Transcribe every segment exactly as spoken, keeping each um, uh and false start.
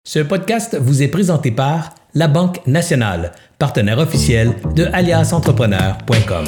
Ce podcast vous est présenté par La Banque Nationale, partenaire officiel de alias entrepreneur point com.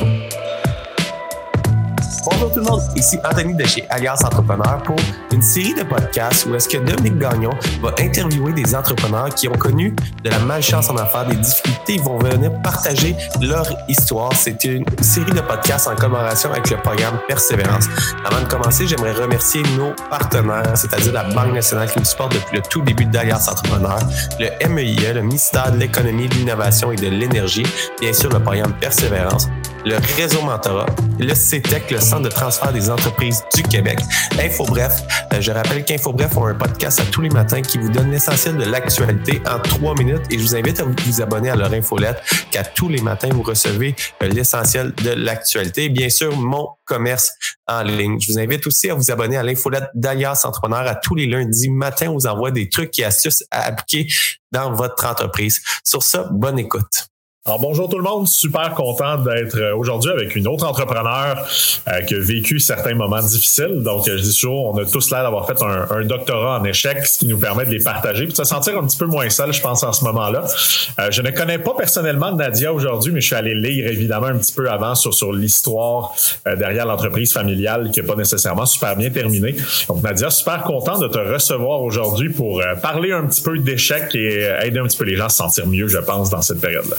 Bonjour tout le monde, ici Anthony de chez Alias Entrepreneur pour une série de podcasts où est-ce que Dominique Gagnon va interviewer des entrepreneurs qui ont connu de la malchance en affaires, des difficultés, ils vont venir partager leur histoire. C'est une série de podcasts en collaboration avec le programme Persévérance. Avant de commencer, j'aimerais remercier nos partenaires, c'est-à-dire la Banque Nationale qui nous supporte depuis le tout début d'Alias Entrepreneur, le M E I E, le ministère de l'Économie, de l'Innovation et de l'Énergie, bien sûr le programme Persévérance, le réseau Mentorat, le C E T E C, le Centre de transfert des entreprises du Québec. InfoBref, euh, je rappelle qu'InfoBref ont un podcast à tous les matins qui vous donne l'essentiel de l'actualité en trois minutes et je vous invite à vous, vous abonner à leur infolette qu'à tous les matins, vous recevez euh, l'essentiel de l'actualité. Et bien sûr, mon commerce en ligne. Je vous invite aussi à vous abonner à l'infolette d'Alias Entrepreneur à tous les lundis matin. On vous envoie des trucs et astuces à appliquer dans votre entreprise. Sur ça, bonne écoute. Alors bonjour tout le monde, super content d'être aujourd'hui avec une autre entrepreneur euh, qui a vécu certains moments difficiles. Donc je dis toujours, on a tous l'air d'avoir fait un, un doctorat en échecs, ce qui nous permet de les partager, puis de se sentir un petit peu moins seul, je pense, en ce moment-là. Euh, je ne connais pas personnellement Nadia aujourd'hui, mais je suis allé lire évidemment un petit peu avant sur, sur l'histoire euh, derrière l'entreprise familiale qui n'est pas nécessairement super bien terminée. Donc Nadia, super content de te recevoir aujourd'hui pour euh, parler un petit peu d'échecs et euh, aider un petit peu les gens à se sentir mieux, je pense, dans cette période-là.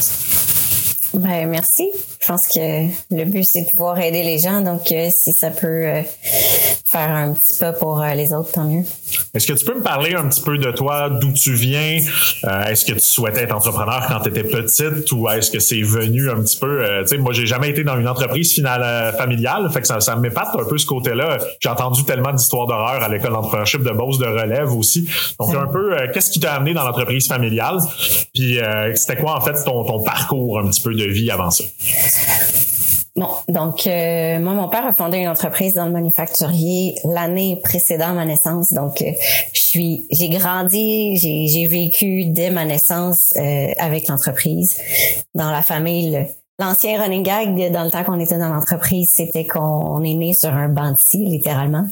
Ben merci. Je pense que le but c'est de pouvoir aider les gens, donc euh, si ça peut euh, faire un petit pas pour euh, les autres, tant mieux. Est-ce que tu peux me parler un petit peu de toi, d'où tu viens? Euh, est-ce que tu souhaitais être entrepreneur quand tu étais petite ou est-ce que c'est venu un petit peu... Euh, tu sais, moi, j'ai jamais été dans une entreprise finale, euh, familiale, fait que ça, ça m'épate un peu ce côté-là. J'ai entendu tellement d'histoires d'horreur à l'école d'entrepreneurship de Beauce de Relève aussi. Donc, mmh. un peu, euh, qu'est-ce qui t'a amené dans l'entreprise familiale? Puis, euh, c'était quoi, en fait, ton, ton parcours un petit peu de vie avant ça? Bon, donc euh, moi, mon père a fondé une entreprise dans le manufacturier l'année précédant ma naissance. Donc, euh, je suis, j'ai grandi, j'ai, j'ai vécu dès ma naissance euh, avec l'entreprise. Dans la famille, le, l'ancien running gag dans le temps qu'on était dans l'entreprise, c'était qu'on est né sur un banc de scie, littéralement.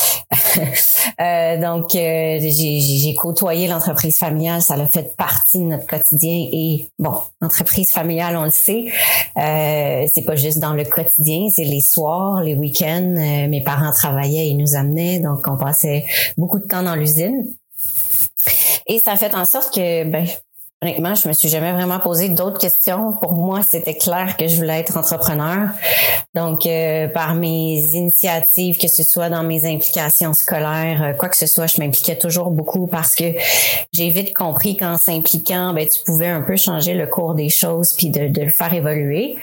euh, donc, euh, j'ai, j'ai côtoyé l'entreprise familiale, ça a fait partie de notre quotidien. Et bon, l'entreprise familiale, on le sait, euh, c'est pas juste dans le quotidien, c'est les soirs, les week-ends. Euh, mes parents travaillaient, ils nous amenaient, donc on passait beaucoup de temps dans l'usine. Et ça a fait en sorte que, ben, honnêtement, je me suis jamais vraiment posé d'autres questions. Pour moi, c'était clair que je voulais être entrepreneur. Donc, euh, par mes initiatives, que ce soit dans mes implications scolaires, euh, quoi que ce soit, je m'impliquais toujours beaucoup parce que j'ai vite compris qu'en s'impliquant, ben tu pouvais un peu changer le cours des choses puis de, de le faire évoluer.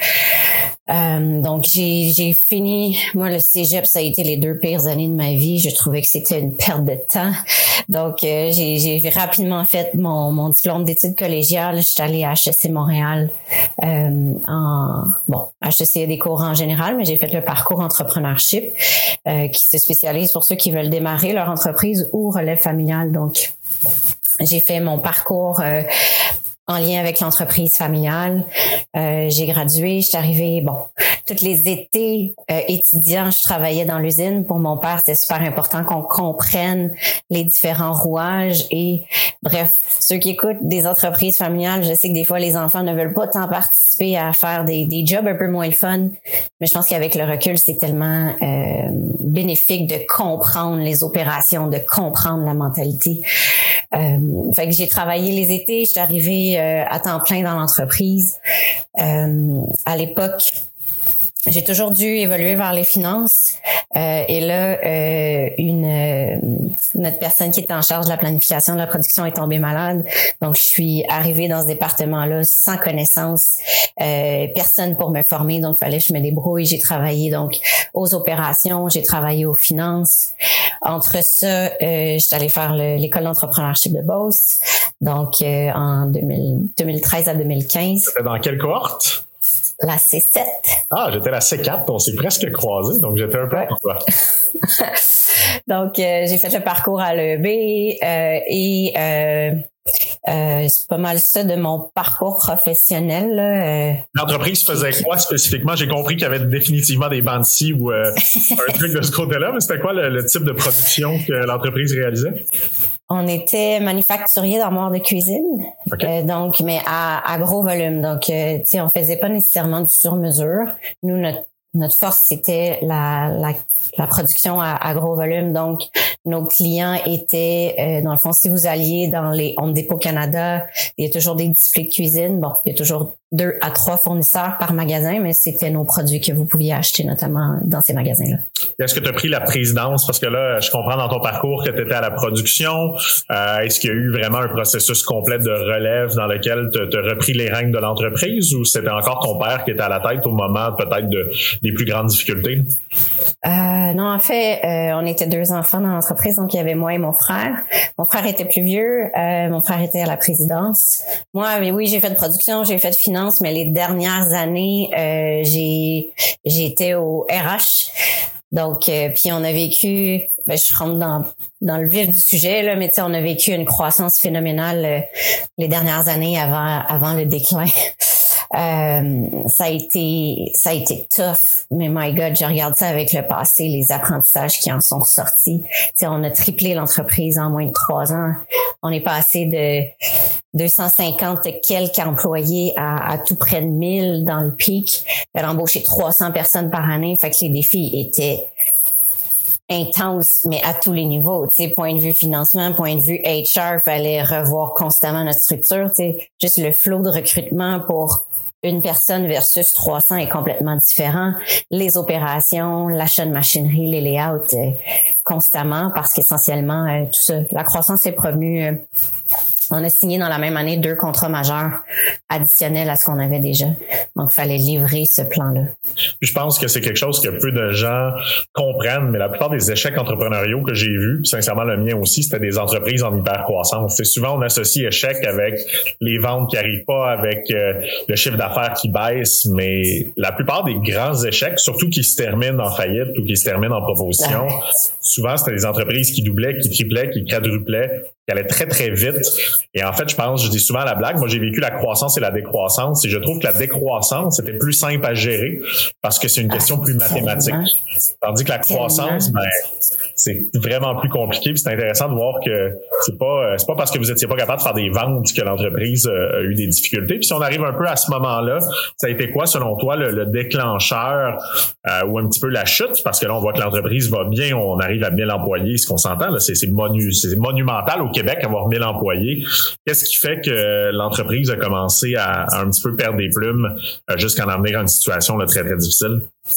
Euh, donc, j'ai, j'ai fini, moi, le cégep, ça a été les deux pires années de ma vie. Je trouvais que c'était une perte de temps. Donc, euh, j'ai, j'ai rapidement fait mon, mon diplôme d'études collégiales. Je suis allée à H E C Montréal. Euh, en, bon, H E C a des cours en général, mais j'ai fait le parcours entrepreneurship euh, qui se spécialise pour ceux qui veulent démarrer leur entreprise ou relève familiale. Donc, j'ai fait mon parcours euh, en lien avec l'entreprise familiale. Euh, j'ai gradué, je suis arrivée, bon, tous les étés euh, étudiants, je travaillais dans l'usine. Pour mon père, c'était super important qu'on comprenne les différents rouages et bref, ceux qui écoutent des entreprises familiales, je sais que des fois, les enfants ne veulent pas tant participer à faire des, des jobs un peu moins le fun, mais je pense qu'avec le recul, c'est tellement euh, bénéfique de comprendre les opérations, de comprendre la mentalité. Euh, fait que j'ai travaillé les étés, je suis arrivée euh, à temps plein dans l'entreprise. Euh, à l'époque, j'ai toujours dû évoluer vers les finances. Euh, et là, euh, une euh, notre personne qui était en charge de la planification de la production est tombée malade. Donc, je suis arrivée dans ce département-là sans connaissance, euh, personne pour me former. Donc, il fallait que je me débrouille. J'ai travaillé donc aux opérations, j'ai travaillé aux finances. Entre ça, euh, je suis allée faire le, l'école d'entrepreneurship de Beauce. Donc, euh, en deux mille, deux mille treize à deux mille quinze. C'était dans quelle cohorte? La C sept. Ah, j'étais la C quatre, on s'est presque croisés, donc j'étais un peu avec toi. Donc, euh, j'ai fait le parcours à l'E E B euh, et euh, Euh, c'est pas mal ça de mon parcours professionnel. Là. Euh, L'entreprise faisait quoi spécifiquement? J'ai compris qu'il y avait définitivement des bancs de scie ou euh, un truc de ce côté-là, mais c'était quoi le, le type de production que l'entreprise réalisait? On était manufacturier d'armoires de cuisine, okay. euh, donc mais à, à gros volume. Donc, euh, tu sais, on faisait pas nécessairement du sur-mesure. Nous, notre Notre force, c'était la, la, la production à, à gros volume. Donc, nos clients étaient, euh, dans le fond, si vous alliez dans les Home Depot Canada, il y a toujours des displays de cuisine. Bon, il y a toujours deux à trois fournisseurs par magasin, mais c'était nos produits que vous pouviez acheter, notamment dans ces magasins-là. Est-ce que tu as pris la présidence? Parce que là, je comprends dans ton parcours que tu étais à la production. Euh, est-ce qu'il y a eu vraiment un processus complet de relève dans lequel tu as repris les rênes de l'entreprise ou c'était encore ton père qui était à la tête au moment peut-être de, des plus grandes difficultés? Euh, non, en fait, euh, on était deux enfants dans l'entreprise, donc il y avait moi et mon frère. Mon frère était plus vieux, euh, mon frère était à la présidence. Moi, mais oui, j'ai fait de production, j'ai fait de finance, mais les dernières années, euh, j'ai j'étais au R H. Donc, euh, puis on a vécu, ben, je rentre dans dans le vif du sujet là, mais tu sais, on a vécu une croissance phénoménale euh, les dernières années avant avant le déclin. Euh, ça a été ça a été tough, mais my God, je regarde ça avec le passé, les apprentissages qui en sont ressortis. Tu sais, on a triplé l'entreprise en moins de trois ans. On est passé de deux cent cinquante quelques employés à, à tout près de mille dans le pic. Elle a embauché trois cents personnes par année, fait que les défis étaient intense, mais à tous les niveaux, tu sais, point de vue financement, point de vue H R, fallait revoir constamment notre structure, tu sais, juste le flot de recrutement pour une personne versus trois cents est complètement différent. Les opérations, l'achat de machinerie, les layouts, euh, constamment, parce qu'essentiellement, euh, tout ça, la croissance est provenue. Euh, on a signé dans la même année deux contrats majeurs additionnels à ce qu'on avait déjà. Donc, il fallait livrer ce plan-là. Je pense que c'est quelque chose que peu de gens comprennent, mais la plupart des échecs entrepreneuriaux que j'ai vus, sincèrement le mien aussi, c'était des entreprises en hyper-croissance. C'est souvent, on associe échec avec les ventes qui arrivent pas, avec euh, le chiffre d'affaires qui baisse, mais la plupart des grands échecs, surtout qui se terminent en faillite ou qui se terminent en proposition, ouais. souvent, c'était des entreprises qui doublaient, qui triplaient, qui quadruplaient, qui allaient très, très vite. Et en fait, je pense, je dis souvent à la blague, moi, j'ai vécu la croissance et la décroissance et je trouve que la décroissance, c'était plus simple à gérer parce que c'est une question plus mathématique. Tandis que la croissance, ben, c'est vraiment plus compliqué. Puis c'est intéressant de voir que c'est pas, c'est pas parce que vous étiez pas capable de faire des ventes que l'entreprise a eu des difficultés. Puis si on arrive un peu à ce moment-là, ça a été quoi, selon toi, le, le déclencheur euh, ou un petit peu la chute? Parce que là, on voit que l'entreprise va bien, on arrive à mille employés, ce qu'on s'entend, là, c'est, c'est, monu, c'est monumental au Québec, avoir mille employés. Qu'est-ce qui fait que l'entreprise a commencé à, à un petit peu perdre des plumes euh, jusqu'à en venir à une situation là, très, très difficile?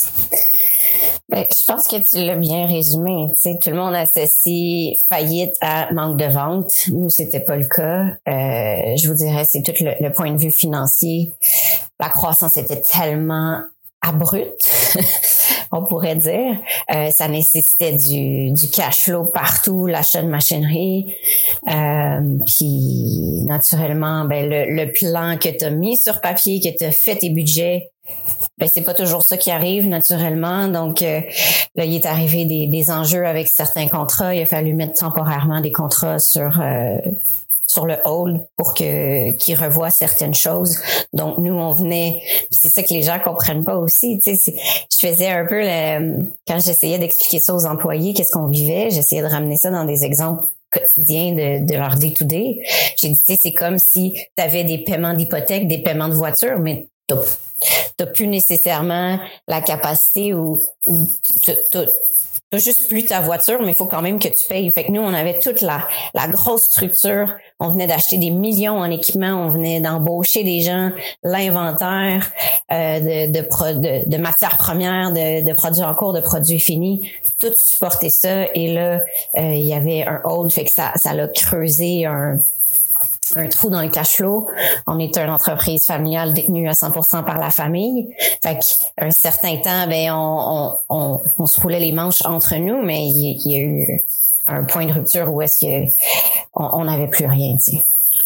Ben, je pense que tu l'as bien résumé. Tu sais, tout le monde associe faillite à manque de vente. Nous, c'était pas le cas. Euh, je vous dirais, c'est tout le, le point de vue financier. La croissance était tellement abrupte, on pourrait dire. Euh, ça nécessitait du, du cash flow partout, l'achat de machinerie. Euh, puis, naturellement, ben le, le plan que tu as mis sur papier, que tu as fait tes budgets, ben c'est pas toujours ça qui arrive naturellement. Donc euh, là, il est arrivé des, des enjeux avec certains contrats. Il a fallu mettre temporairement des contrats sur euh, sur le hold pour que qu'ils revoient certaines choses. Donc nous, on venait, c'est ça que les gens comprennent pas aussi. Tu sais, je faisais un peu le, quand j'essayais d'expliquer ça aux employés, qu'est-ce qu'on vivait, j'essayais de ramener ça dans des exemples quotidiens de, de leur day-to-day. J'ai dit, tu sais, c'est comme si tu avais des paiements d'hypothèque, des paiements de voiture, mais t'as t'as plus nécessairement la capacité ou, ou t'as, t'as juste plus ta voiture, mais il faut quand même que tu payes. Fait que nous, on avait toute la, la grosse structure. On venait d'acheter des millions en équipement. On venait d'embaucher des gens, l'inventaire euh, de, de, pro, de, de matières premières, de, de produits en cours, de produits finis. Tout supporter ça. Et là, euh, il y avait un hold. Fait que ça, ça l'a creusé un... un trou dans le cash flow. On est une entreprise familiale détenue à cent pour cent par la famille. Fait qu'un certain temps, ben on, on, on, on se roulait les manches entre nous, mais il, il y a eu un point de rupture où est-ce que on n'avait plus rien, tu sais.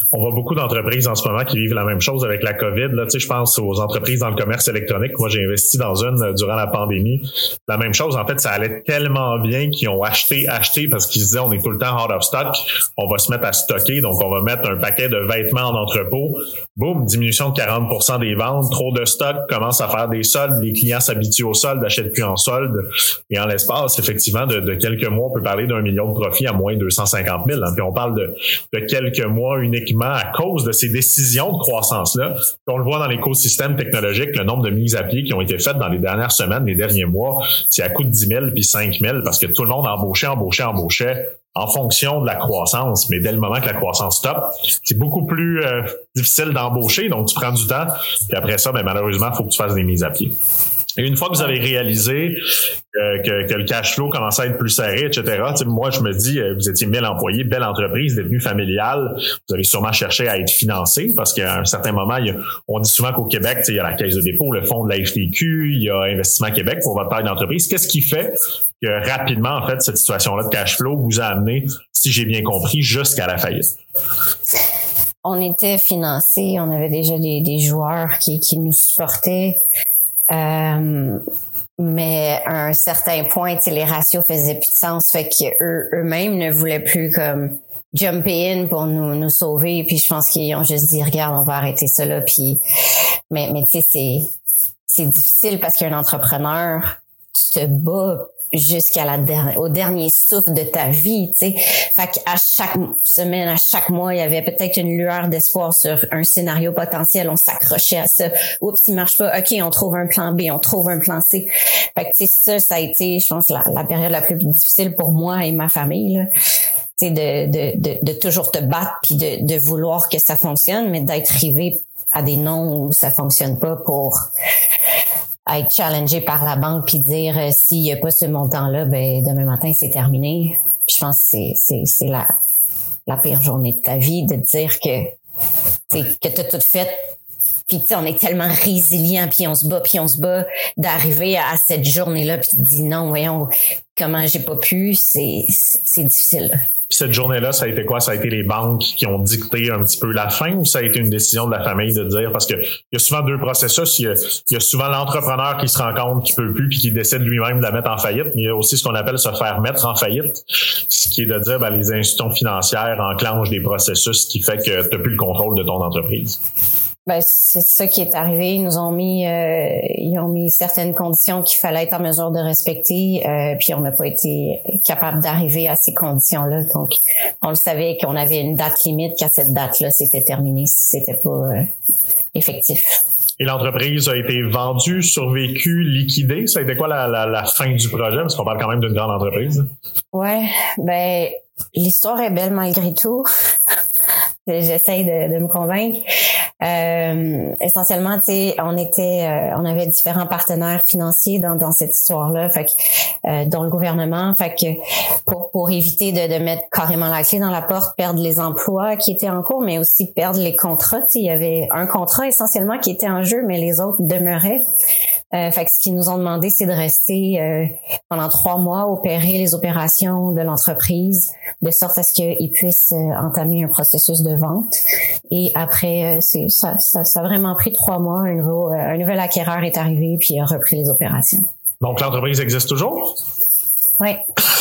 On voit beaucoup d'entreprises en ce moment qui vivent la même chose avec la COVID. Là, tu sais, je pense aux entreprises dans le commerce électronique. Moi, j'ai investi dans une durant la pandémie. La même chose, en fait, ça allait tellement bien qu'ils ont acheté, acheté parce qu'ils se disaient on est tout le temps out of stock. On va se mettre à stocker, donc on va mettre un paquet de vêtements en entrepôt. Boum, diminution de quarante pour cent des ventes, trop de stock, commence à faire des soldes. Les clients s'habituent aux soldes, n'achètent plus en solde. Et en l'espace, effectivement, de, de quelques mois, on peut parler d'un million de profits à moins deux cent cinquante mille. Hein. Puis on parle de, de quelques mois uniquement à cause de ces décisions de croissance-là. Puis on le voit dans l'écosystème technologique, le nombre de mises à pied qui ont été faites dans les dernières semaines, les derniers mois, c'est à coût de dix mille puis cinq mille parce que tout le monde embauchait, embauchait, embauchait en fonction de la croissance. Mais dès le moment que la croissance stoppe, c'est beaucoup plus euh, difficile d'embaucher. Donc, tu prends du temps. Puis après ça, ben, malheureusement, il faut que tu fasses des mises à pied. Et une fois que vous avez réalisé euh, que, que le cash flow commençait à être plus serré, et cetera, moi, je me dis, euh, vous étiez mille employés, belle entreprise, devenue familiale, vous avez sûrement cherché à être financé parce qu'à un certain moment, il y a, on dit souvent qu'au Québec, il y a la Caisse de dépôt, le fonds de la F T Q, il y a Investissement Québec pour votre taille d'entreprise. Qu'est-ce qui fait que rapidement, en fait, cette situation-là de cash flow vous a amené, si j'ai bien compris, jusqu'à la faillite? On était financé, on avait déjà des, des joueurs qui, qui nous supportaient. Euh, mais à un certain point, les ratios faisaient plus de sens, fait qu'eux eux-mêmes ne voulaient plus comme jumper in pour nous nous sauver. Puis je pense qu'ils ont juste dit regarde, on va arrêter ça là. Puis mais mais tu sais c'est c'est difficile parce qu'un entrepreneur, tu te bats jusqu'à la der- au dernier souffle de ta vie, tu sais. Fait qu'à chaque semaine, à chaque mois, il y avait peut-être une lueur d'espoir sur un scénario potentiel. On s'accrochait à ça. Oups, il marche pas. OK, on trouve un plan B, on trouve un plan C. Fait que, tu sais, ça, ça a été, je pense, la, la période la plus difficile pour moi et ma famille, là. Tu sais, de, de, de, de toujours te battre puis de, de vouloir que ça fonctionne, mais d'être arrivé à des noms où ça fonctionne pas pour à être challengé par la banque puis dire euh, s'il y a pas ce montant-là, ben demain matin c'est terminé. Puis je pense que c'est c'est c'est la la pire journée de ta vie de dire que tu que t'as tout fait. Puis tu sais on est tellement résilient puis on se bat puis on se bat d'arriver à cette journée-là puis de dire non voyons comment j'ai pas pu, c'est c'est, c'est difficile. Puis cette journée-là, ça a été quoi? Ça a été les banques qui ont dicté un petit peu la fin ou ça a été une décision de la famille de dire, parce que il y a souvent deux processus. Il y a, il y a souvent l'entrepreneur qui se rend compte qu'il peut plus puis qui décide lui-même de la mettre en faillite, mais il y a aussi ce qu'on appelle se faire mettre en faillite, ce qui est de dire, ben, les institutions financières enclenchent des processus qui fait que tu n'as plus le contrôle de ton entreprise. Ben, c'est ça qui est arrivé. Ils nous ont mis, euh, ils ont mis certaines conditions qu'il fallait être en mesure de respecter, euh, puis on n'a pas été capable d'arriver à ces conditions-là. Donc, on le savait qu'on avait une date limite, qu'à cette date-là, c'était terminé si c'était pas euh, effectif. Et l'entreprise a été vendue, survécue, liquidée. Ça a été quoi la, la, la fin du projet? Parce qu'on parle quand même d'une grande entreprise. Ouais, ben l'histoire est belle malgré tout. J'essaye de, de me convaincre. Euh, essentiellement, tu sais, on était, euh, on avait différents partenaires financiers dans, dans cette histoire-là, fait que, euh, dont le gouvernement, fait que pour pour éviter de, de mettre carrément la clé dans la porte, perdre les emplois qui étaient en cours, mais aussi perdre les contrats. Tu sais, il y avait un contrat essentiellement qui était en jeu, mais les autres demeuraient. Euh, fait que ce qu'ils nous ont demandé, c'est de rester euh, pendant trois mois, opérer les opérations de l'entreprise, de sorte à ce qu'ils puissent euh, entamer un processus de vente. Et après, euh, c'est ça, ça, ça a vraiment pris trois mois. Un nouveau, euh, un nouvel acquéreur est arrivé puis a repris les opérations. Donc l'entreprise existe toujours? Oui.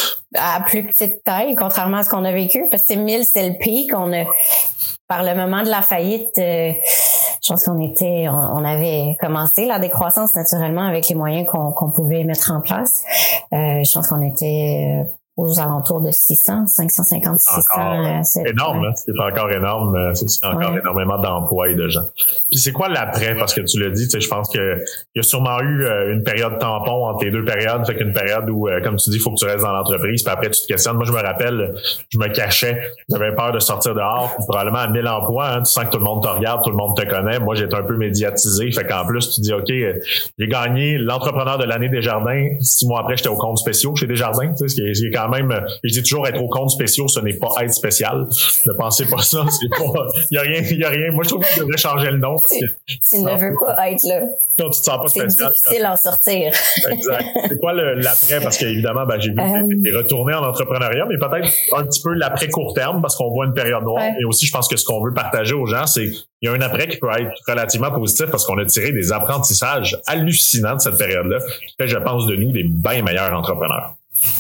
À plus petite taille, contrairement à ce qu'on a vécu, parce que mille, c'est le pic. On a, par le moment de la faillite, euh, je pense qu'on était, on, on avait commencé la décroissance naturellement avec les moyens qu'on, qu'on pouvait mettre en place. Euh, je pense qu'on était aux alentours de six cents, cinq cent cinquante, six cents. Encore c'est énorme, hein? C'est encore énorme. C'est encore ouais. énormément d'emplois et de gens. Puis c'est quoi l'après? Parce que tu l'as dit, tu sais, je pense que il y a sûrement eu une période tampon entre les deux périodes. Fait qu'une période où, comme tu dis, il faut que tu restes dans l'entreprise. Puis après, tu te questionnes. Moi, je me rappelle, je me cachais. J'avais peur de sortir dehors. Puis probablement à mille emplois, hein, tu sens que tout le monde te regarde, tout le monde te connaît. Moi, j'étais un peu médiatisé. Fait qu'en plus, tu dis, OK, j'ai gagné l'entrepreneur de l'année Desjardins. Six mois après, j'étais au compte spéciaux chez Desjardins. Tu sais, ce qui est quand quand même, je dis toujours être au compte spéciaux, ce n'est pas être spécial. Ne pensez pas ça, c'est pas, il y a rien, il y a rien. Moi, je trouve qu'il devrait changer le nom. Parce que tu ne veux pas être là. Non, tu te sens pas c'est spécial. C'est difficile d'en sortir. Exact. C'est quoi le, l'après? Parce qu'évidemment, ben, j'ai vu que tu es retourné en entrepreneuriat, mais peut-être un petit peu l'après court terme, parce qu'on voit une période noire. Ouais. Et aussi, je pense que ce qu'on veut partager aux gens, c'est qu'il y a un après qui peut être relativement positif parce qu'on a tiré des apprentissages hallucinants de cette période-là, qui fait, je pense, de nous des bien meilleurs entrepreneurs.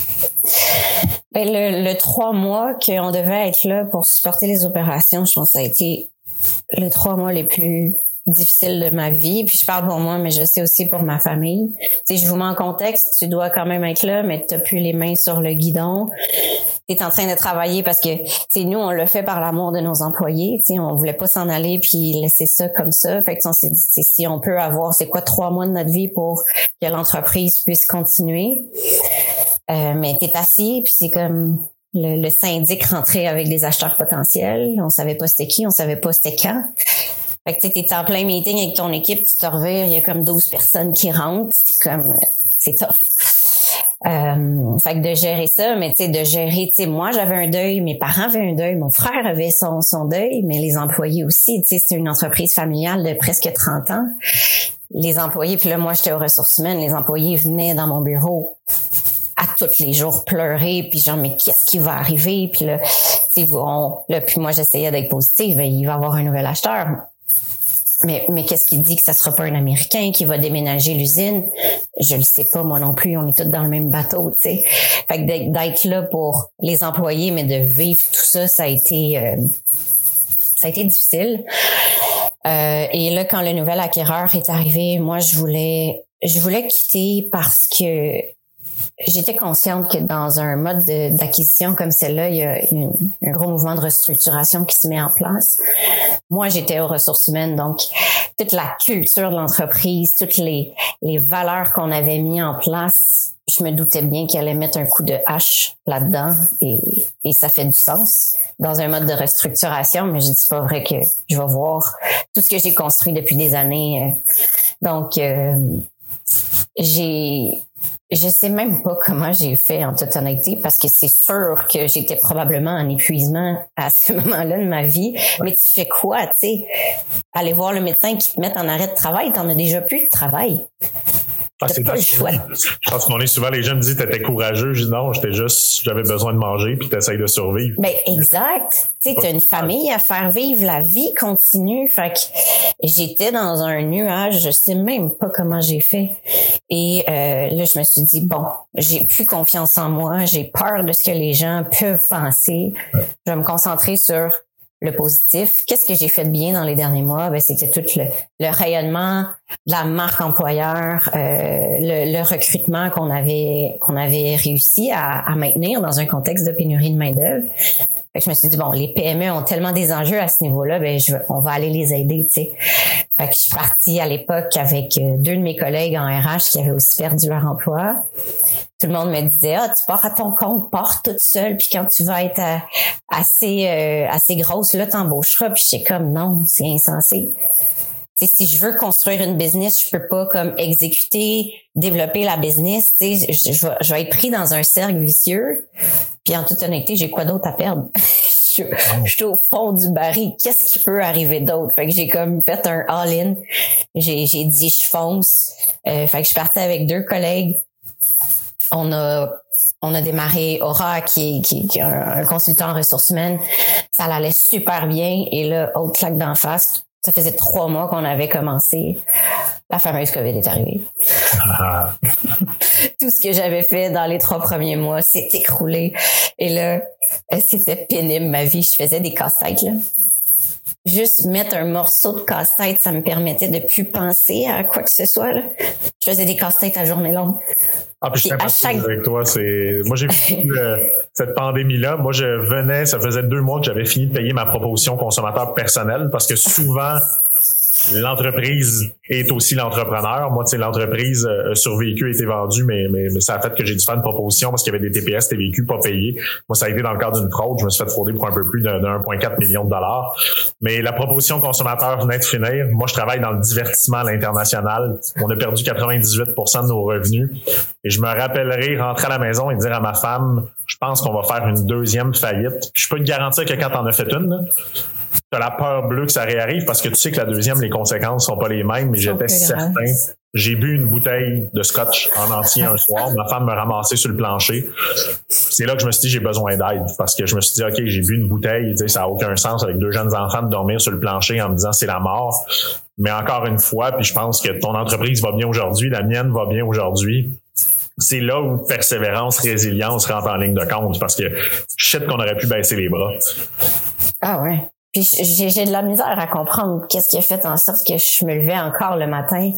Ben, le, le trois mois qu'on devait être là pour supporter les opérations, je pense que ça a été les trois mois les plus difficiles de ma vie. Puis je parle pour moi, mais je sais aussi pour ma famille. Tu sais, je vous mets en contexte, tu dois quand même être là, mais t'as plus les mains sur le guidon. T'es en train de travailler parce que, tu sais, nous, on le fait par l'amour de nos employés. Tu sais, on voulait pas s'en aller puis laisser ça comme ça. Fait que on s'est dit, tu sais, si on peut avoir, c'est quoi, trois mois de notre vie pour que l'entreprise puisse continuer. Euh, mais t'es assis puis c'est comme le, le syndic rentrait avec des acheteurs potentiels. On savait pas c'était qui, on savait pas c'était quand. Fait que tu sais, t'es en plein meeting avec ton équipe, tu te revires, il y a comme douze personnes qui rentrent. C'est comme, c'est tough. Euh, fait que de gérer ça, mais tu sais, de gérer, tu sais, moi j'avais un deuil, mes parents avaient un deuil, mon frère avait son, son deuil, mais les employés aussi, tu sais, c'est une entreprise familiale de presque trente ans. Les employés, puis là, moi j'étais aux ressources humaines, les employés venaient dans mon bureau à tous les jours pleurer, puis genre, mais qu'est-ce qui va arriver? Puis là, tu sais, on, là, puis moi j'essayais d'être positive, ben, il va y avoir un nouvel acheteur. Mais, mais qu'est-ce qui dit que ça sera pas un Américain qui va déménager l'usine? Je le sais pas, moi non plus. On est tous dans le même bateau, tu sais. Fait que d'être, d'être là pour les employés, mais de vivre tout ça, ça a été, euh, ça a été difficile. Euh, et là, quand le nouvel acquéreur est arrivé, moi, je voulais, je voulais quitter parce que j'étais consciente que dans un mode de, d'acquisition comme celle-là, il y a une, un gros mouvement de restructuration qui se met en place. Moi, j'étais aux ressources humaines, donc toute la culture de l'entreprise, toutes les, les valeurs qu'on avait mis en place, je me doutais bien qu'il allait mettre un coup de hache là-dedans et, et ça fait du sens dans un mode de restructuration, mais j'ai dit c'est pas vrai que je vais voir tout ce que j'ai construit depuis des années. Donc, euh, j'ai... Je sais même pas comment j'ai fait en toute honnêteté parce que c'est sûr que j'étais probablement en épuisement à ce moment-là de ma vie. Mais tu fais quoi, tu sais? Aller voir le médecin qui te met en arrêt de travail, t'en as déjà plus de travail. Ah, c'est pas le choix. Je pense qu'on est souvent, les gens me disent, t'étais courageux. Je dis non, j'étais juste, j'avais besoin de manger puis t'essayes de survivre. Ben, exact. Tu sais, t'as une famille à faire vivre, la vie continue. Fait que j'étais dans un nuage, je sais même pas comment j'ai fait. Et, euh, là, je me suis dit, bon, j'ai plus confiance en moi, j'ai peur de ce que les gens peuvent penser. Je vais me concentrer sur le positif. Qu'est-ce que j'ai fait de bien dans les derniers mois? Ben, c'était tout le, le rayonnement de la marque employeur, euh, le, le recrutement qu'on avait qu'on avait réussi à, à maintenir dans un contexte de pénurie de main-d'œuvre. Fait que je me suis dit, bon, les P M E ont tellement des enjeux à ce niveau-là, ben je, on va aller les aider, tu sais. Fait que je suis partie à l'époque avec deux de mes collègues en R H qui avaient aussi perdu leur emploi. Tout le monde me disait, ah, tu pars à ton compte, pars toute seule, puis quand tu vas être à, assez euh, assez grosse, là, t'embaucheras. Puis j'étais comme, non, c'est insensé. T'sais, si je veux construire une business, je peux pas comme exécuter, développer la business. T'sais, je, je, vais, je vais être pris dans un cercle vicieux. Puis en toute honnêteté, j'ai quoi d'autre à perdre? je, je suis au fond du baril. Qu'est-ce qui peut arriver d'autre? Fait que j'ai comme fait un all-in. J'ai, j'ai dit, je fonce. Euh, fait que je partais avec deux collègues. On a on a démarré Aura, qui, qui, qui est un, un consultant en ressources humaines. Ça allait super bien. Et là, autre claque d'en face. Ça faisait trois mois qu'on avait commencé. La fameuse COVID est arrivée. Ah. Tout ce que j'avais fait dans les trois premiers mois s'est écroulé. Et là, c'était pénible, ma vie. Je faisais des casse-têtes, là. Juste mettre un morceau de casse-tête, ça me permettait de plus penser à quoi que ce soit, là. Je faisais des casse-têtes à journée longue. Ah, puis je suis chaque... avec toi, c'est, moi, j'ai vécu euh, cette pandémie-là. Moi, je venais, ça faisait deux mois que j'avais fini de payer ma proposition consommateur personnelle parce que souvent, l'entreprise est aussi l'entrepreneur. Moi, tu sais, l'entreprise a survécu, a été vendue, mais, mais, mais ça a fait que j'ai dû faire une proposition parce qu'il y avait des T P S, T V Q pas payés. Moi, ça a été dans le cadre d'une fraude. Je me suis fait frauder pour un peu plus de, de un virgule quatre million de dollars. Mais la proposition consommateur venait de finir. Moi, je travaille dans le divertissement à l'international. On a perdu quatre-vingt-dix-huit pour cent de nos revenus. Et je me rappellerai rentrer à la maison et dire à ma femme, je pense qu'on va faire une deuxième faillite. Puis je peux te garantir que quand t'en as fait une, tu as la peur bleue que ça réarrive parce que tu sais que la deuxième, les conséquences sont pas les mêmes, mais j'étais certain. J'ai bu une bouteille de scotch en entier un soir. Ma femme me ramassait sur le plancher. C'est là que je me suis dit, j'ai besoin d'aide parce que je me suis dit, OK, j'ai bu une bouteille. Tu sais, ça n'a aucun sens avec deux jeunes enfants de dormir sur le plancher en me disant, c'est la mort. Mais encore une fois, puis je pense que ton entreprise va bien aujourd'hui, la mienne va bien aujourd'hui. C'est là où persévérance, résilience rentrent en ligne de compte parce que shit qu'on aurait pu baisser les bras. Ah ouais. Puis j'ai, j'ai de la misère à comprendre qu'est-ce qui a fait en sorte que je me levais encore le matin.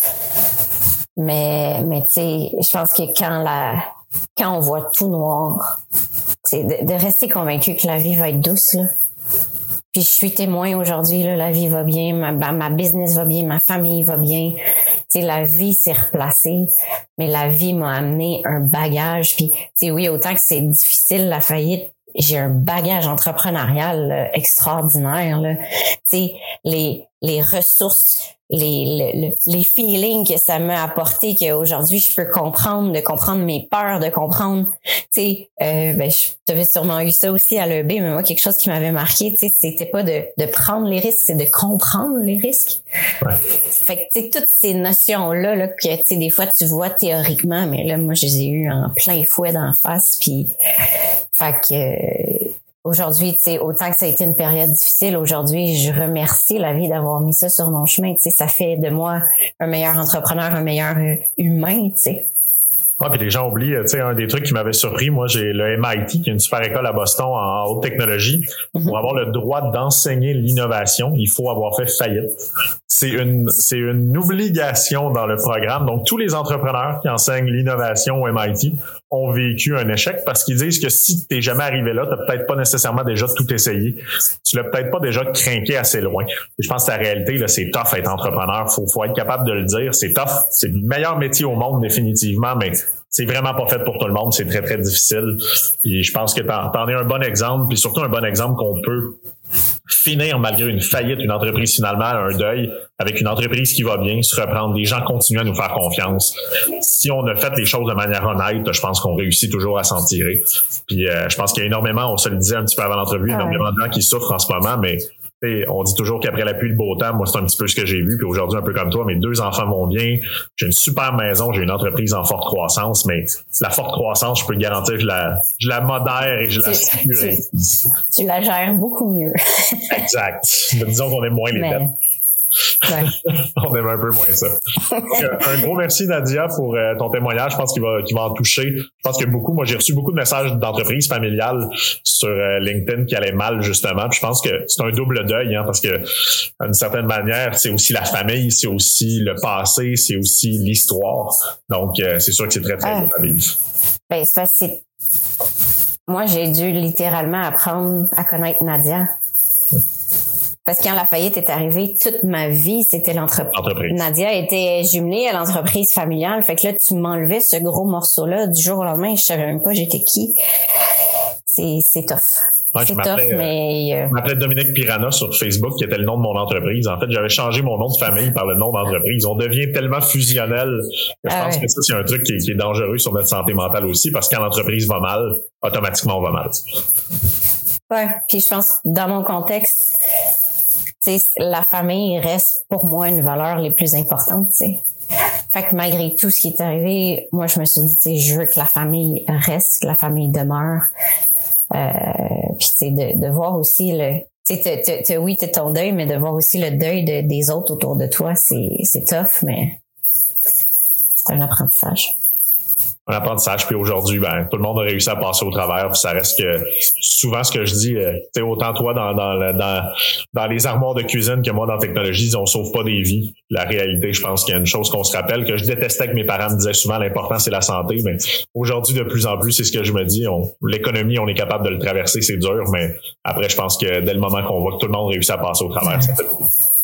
Mais, mais tu sais, je pense que quand la, quand on voit tout noir, c'est de, de rester convaincu que la vie va être douce, là. Puis je suis témoin aujourd'hui, là, la vie va bien, ma, ma business va bien, ma famille va bien. Tu sais, la vie s'est replacée, mais la vie m'a amené un bagage. Puis, tu sais, oui, autant que c'est difficile la faillite, j'ai un bagage entrepreneurial là, extraordinaire. Là. Tu sais, les les ressources, les le, les feelings que ça m'a apporté, qu'aujourd'hui je peux comprendre, de comprendre mes peurs, de comprendre. Tu sais, euh, ben tu avais sûrement eu ça aussi à l'E B, mais moi quelque chose qui m'avait marqué, tu sais, c'était pas de de prendre les risques, c'est de comprendre les risques. Ouais. Fait que tu sais toutes ces notions là, là que tu sais des fois tu vois théoriquement, mais là moi je les ai eues en plein fouet d'en face, puis fait que euh, aujourd'hui, tu sais, autant que ça a été une période difficile, aujourd'hui, je remercie la vie d'avoir mis ça sur mon chemin. Tu sais, ça fait de moi un meilleur entrepreneur, un meilleur euh, humain, tu sais. Ouais, puis les gens oublient, tu sais, un des trucs qui m'avait surpris, moi, j'ai le M I T, qui est une super école à Boston en haute technologie. Mm-hmm. Pour avoir le droit d'enseigner l'innovation, il faut avoir fait faillite. C'est une, c'est une obligation dans le programme. Donc, tous les entrepreneurs qui enseignent l'innovation au M I T ont vécu un échec parce qu'ils disent que si t'es jamais arrivé là, t'as peut-être pas nécessairement déjà tout essayé. Tu l'as peut-être pas déjà crinqué assez loin. Et je pense que la réalité, là, c'est tough être entrepreneur. Faut, faut être capable de le dire. C'est tough. C'est le meilleur métier au monde, définitivement, mais c'est vraiment pas fait pour tout le monde. C'est très, très difficile. Puis je pense que t'en, t'en es un bon exemple, puis surtout un bon exemple qu'on peut finir malgré une faillite, une entreprise finalement, un deuil, avec une entreprise qui va bien, se reprendre. Les gens continuent à nous faire confiance. Si on a fait les choses de manière honnête, je pense qu'on réussit toujours à s'en tirer. Puis euh, je pense qu'il y a énormément, on se le disait un petit peu avant l'entrevue, énormément de gens qui souffrent en ce moment, mais et on dit toujours qu'après la pluie, le beau temps, moi, c'est un petit peu ce que j'ai vu. Puis aujourd'hui, un peu comme toi, mes deux enfants vont bien. J'ai une super maison, j'ai une entreprise en forte croissance, mais la forte croissance, je peux te garantir que je la, je la modère et je la sécurise. Tu, tu la gères beaucoup mieux. Exact. Mais disons qu'on aime moins les mais... dettes. Ouais. On aime un peu moins ça. Donc, un gros merci Nadia pour euh, ton témoignage. Je pense qu'il va, qu'il va en toucher. Je pense que beaucoup, moi j'ai reçu beaucoup de messages d'entreprises familiales sur euh, LinkedIn qui allaient mal justement. Puis je pense que c'est un double deuil, hein, parce que d'une certaine manière, c'est aussi la famille, c'est aussi le passé, c'est aussi l'histoire. Donc euh, c'est sûr que c'est très très ah. dur à vivre. Ben c'est parce que moi j'ai dû littéralement apprendre à connaître Nadia. Parce que quand la faillite est arrivée, toute ma vie, c'était l'entreprise. Nadia était jumelée à l'entreprise familiale. Fait que là, tu m'enlevais ce gros morceau-là du jour au lendemain. Je savais même pas j'étais qui. C'est, c'est tough. Ouais, c'est je tough, mais... Euh, je m'appelais Dominique Pirana sur Facebook, qui était le nom de mon entreprise. En fait, j'avais changé mon nom de famille par le nom d'entreprise. On devient tellement fusionnel que je ah pense ouais. que ça, c'est un truc qui est, qui est dangereux sur notre santé mentale aussi, parce que quand l'entreprise va mal, automatiquement, on va mal. Ouais, puis je pense, dans mon contexte... Tu sais, la famille reste pour moi une valeur les plus importantes, tu sais. Fait que malgré tout ce qui est arrivé, moi je me suis dit, tu sais, je veux que la famille reste, que la famille demeure. Euh, puis tu sais, de, de voir aussi le, tu sais, oui, t'es ton deuil, mais de voir aussi le deuil de, des autres autour de toi, c'est, c'est tough, mais c'est un apprentissage. Un apprentissage, puis aujourd'hui, ben, tout le monde a réussi à passer au travers, puis ça reste que souvent ce que je dis, euh, tu sais, autant toi dans, dans, dans, dans les armoires de cuisine que moi dans la technologie, on sauve pas des vies. La réalité, je pense qu'il y a une chose qu'on se rappelle, que je détestais que mes parents me disaient souvent, l'important c'est la santé, mais aujourd'hui, de plus en plus, c'est ce que je me dis, on, l'économie, on est capable de le traverser, c'est dur, mais après, je pense que dès le moment qu'on voit que tout le monde réussit à passer au travers, ça fait beaucoup.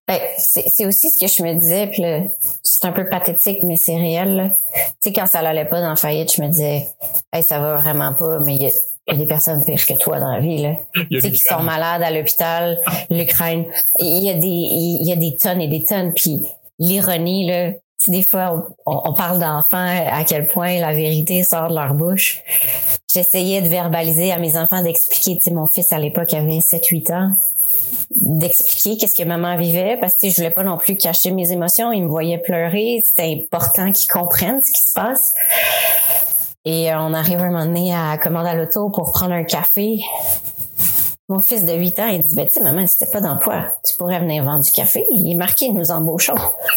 Ben, c'est, c'est aussi ce que je me disais, puis là, c'est un peu pathétique, mais c'est réel, là. Tu sais, quand ça allait pas dans la faillite, je me disais, hey, ça va vraiment pas, mais il y a, il y a des personnes pires que toi dans la vie, là. Tu sais, qui sont malades à l'hôpital, l'Ukraine. Il y a des, il y a des tonnes et des tonnes, puis l'ironie, là. Tu sais, des fois, on, on parle d'enfants, à quel point la vérité sort de leur bouche. J'essayais de verbaliser à mes enfants, d'expliquer, tu sais, mon fils à l'époque avait sept huit ans, d'expliquer qu'est-ce que maman vivait, parce que je voulais pas non plus cacher mes émotions. Il me voyait pleurer, c'était important qu'ils comprennent ce qui se passe. Et on arrive un moment donné à commander à l'auto pour prendre un café. Mon fils de huit ans, il dit, ben tu sais, maman, c'était pas d'emploi. Tu pourrais venir vendre du café. Il est marqué, nous embauchons.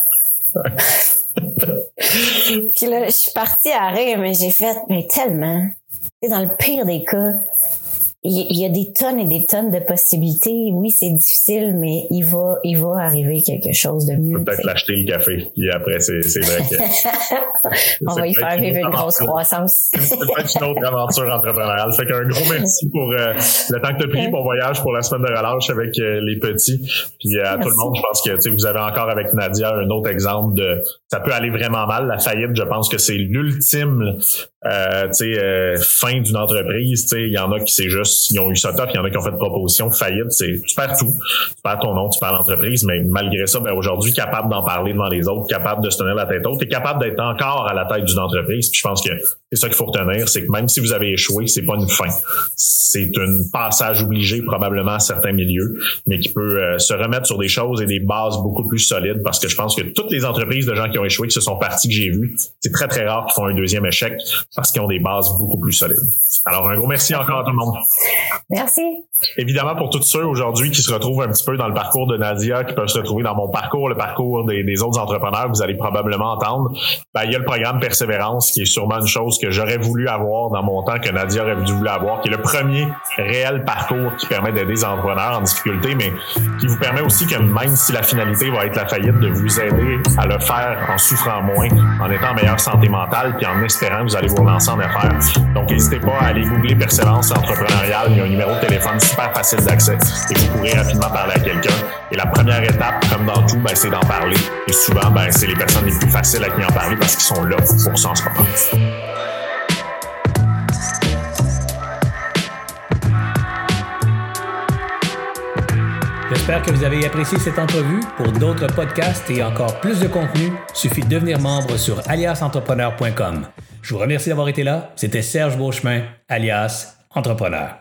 Puis là, je suis partie à rire, mais j'ai fait, ben tellement. Tu sais, dans le pire des cas, il y a des tonnes et des tonnes de possibilités. Oui, c'est difficile, mais il va, il va arriver quelque chose de mieux. Peut-être l'acheter le café. Puis après, c'est, c'est vrai que... On va y faire vivre une grosse croissance. C'est peut-être une autre aventure entrepreneuriale. Fait qu'un gros merci pour euh, le temps que tu as pris pour voyage pour la semaine de relâche avec euh, les petits. Puis à tout le monde, je pense que tu sais, vous avez encore avec Nadia un autre exemple de... Ça peut aller vraiment mal. La faillite, je pense que c'est l'ultime euh, tu sais, euh, fin d'une entreprise. Tu sais, il y en a qui c'est juste ils ont eu ça top, il y en a qui ont fait de propositions faillite, c'est tu perds tout, tu perds ton nom, tu perds l'entreprise, mais malgré ça, ben aujourd'hui capable d'en parler devant les autres, capable de se tenir la tête haute, et capable d'être encore à la tête d'une entreprise. Puis je pense que c'est ça qu'il faut retenir, c'est que même si vous avez échoué, c'est pas une fin, c'est un passage obligé probablement à certains milieux, mais qui peut euh, se remettre sur des choses et des bases beaucoup plus solides, parce que je pense que toutes les entreprises de gens qui ont échoué, qui se sont partis, que j'ai vu, c'est très très rare qu'ils font un deuxième échec parce qu'ils ont des bases beaucoup plus solides. Alors un gros merci encore à tout le monde. Merci. Évidemment, pour tous ceux aujourd'hui qui se retrouvent un petit peu dans le parcours de Nadia, qui peuvent se retrouver dans mon parcours, le parcours des, des autres entrepreneurs que vous allez probablement entendre, ben, il y a le programme Persévérance qui est sûrement une chose que j'aurais voulu avoir dans mon temps, que Nadia aurait voulu avoir, qui est le premier réel parcours qui permet d'aider les entrepreneurs en difficulté, mais qui vous permet aussi que même si la finalité va être la faillite, de vous aider à le faire en souffrant moins, en étant en meilleure santé mentale, puis en espérant que vous allez vous relancer en affaires. Donc, n'hésitez pas à aller googler Persévérance entrepreneuriale. Il y a un numéro de téléphone super facile d'accès et vous pourrez rapidement parler à quelqu'un. Et la première étape, comme dans tout, ben, c'est d'en parler. Et souvent, ben, c'est les personnes les plus faciles à qui en parler parce qu'ils sont là pour ça en ce moment. J'espère que vous avez apprécié cette entrevue. Pour d'autres podcasts et encore plus de contenu, suffit de devenir membre sur alias entrepreneur point com. Je vous remercie d'avoir été là. C'était Serge Beauchemin, alias Entrepreneur.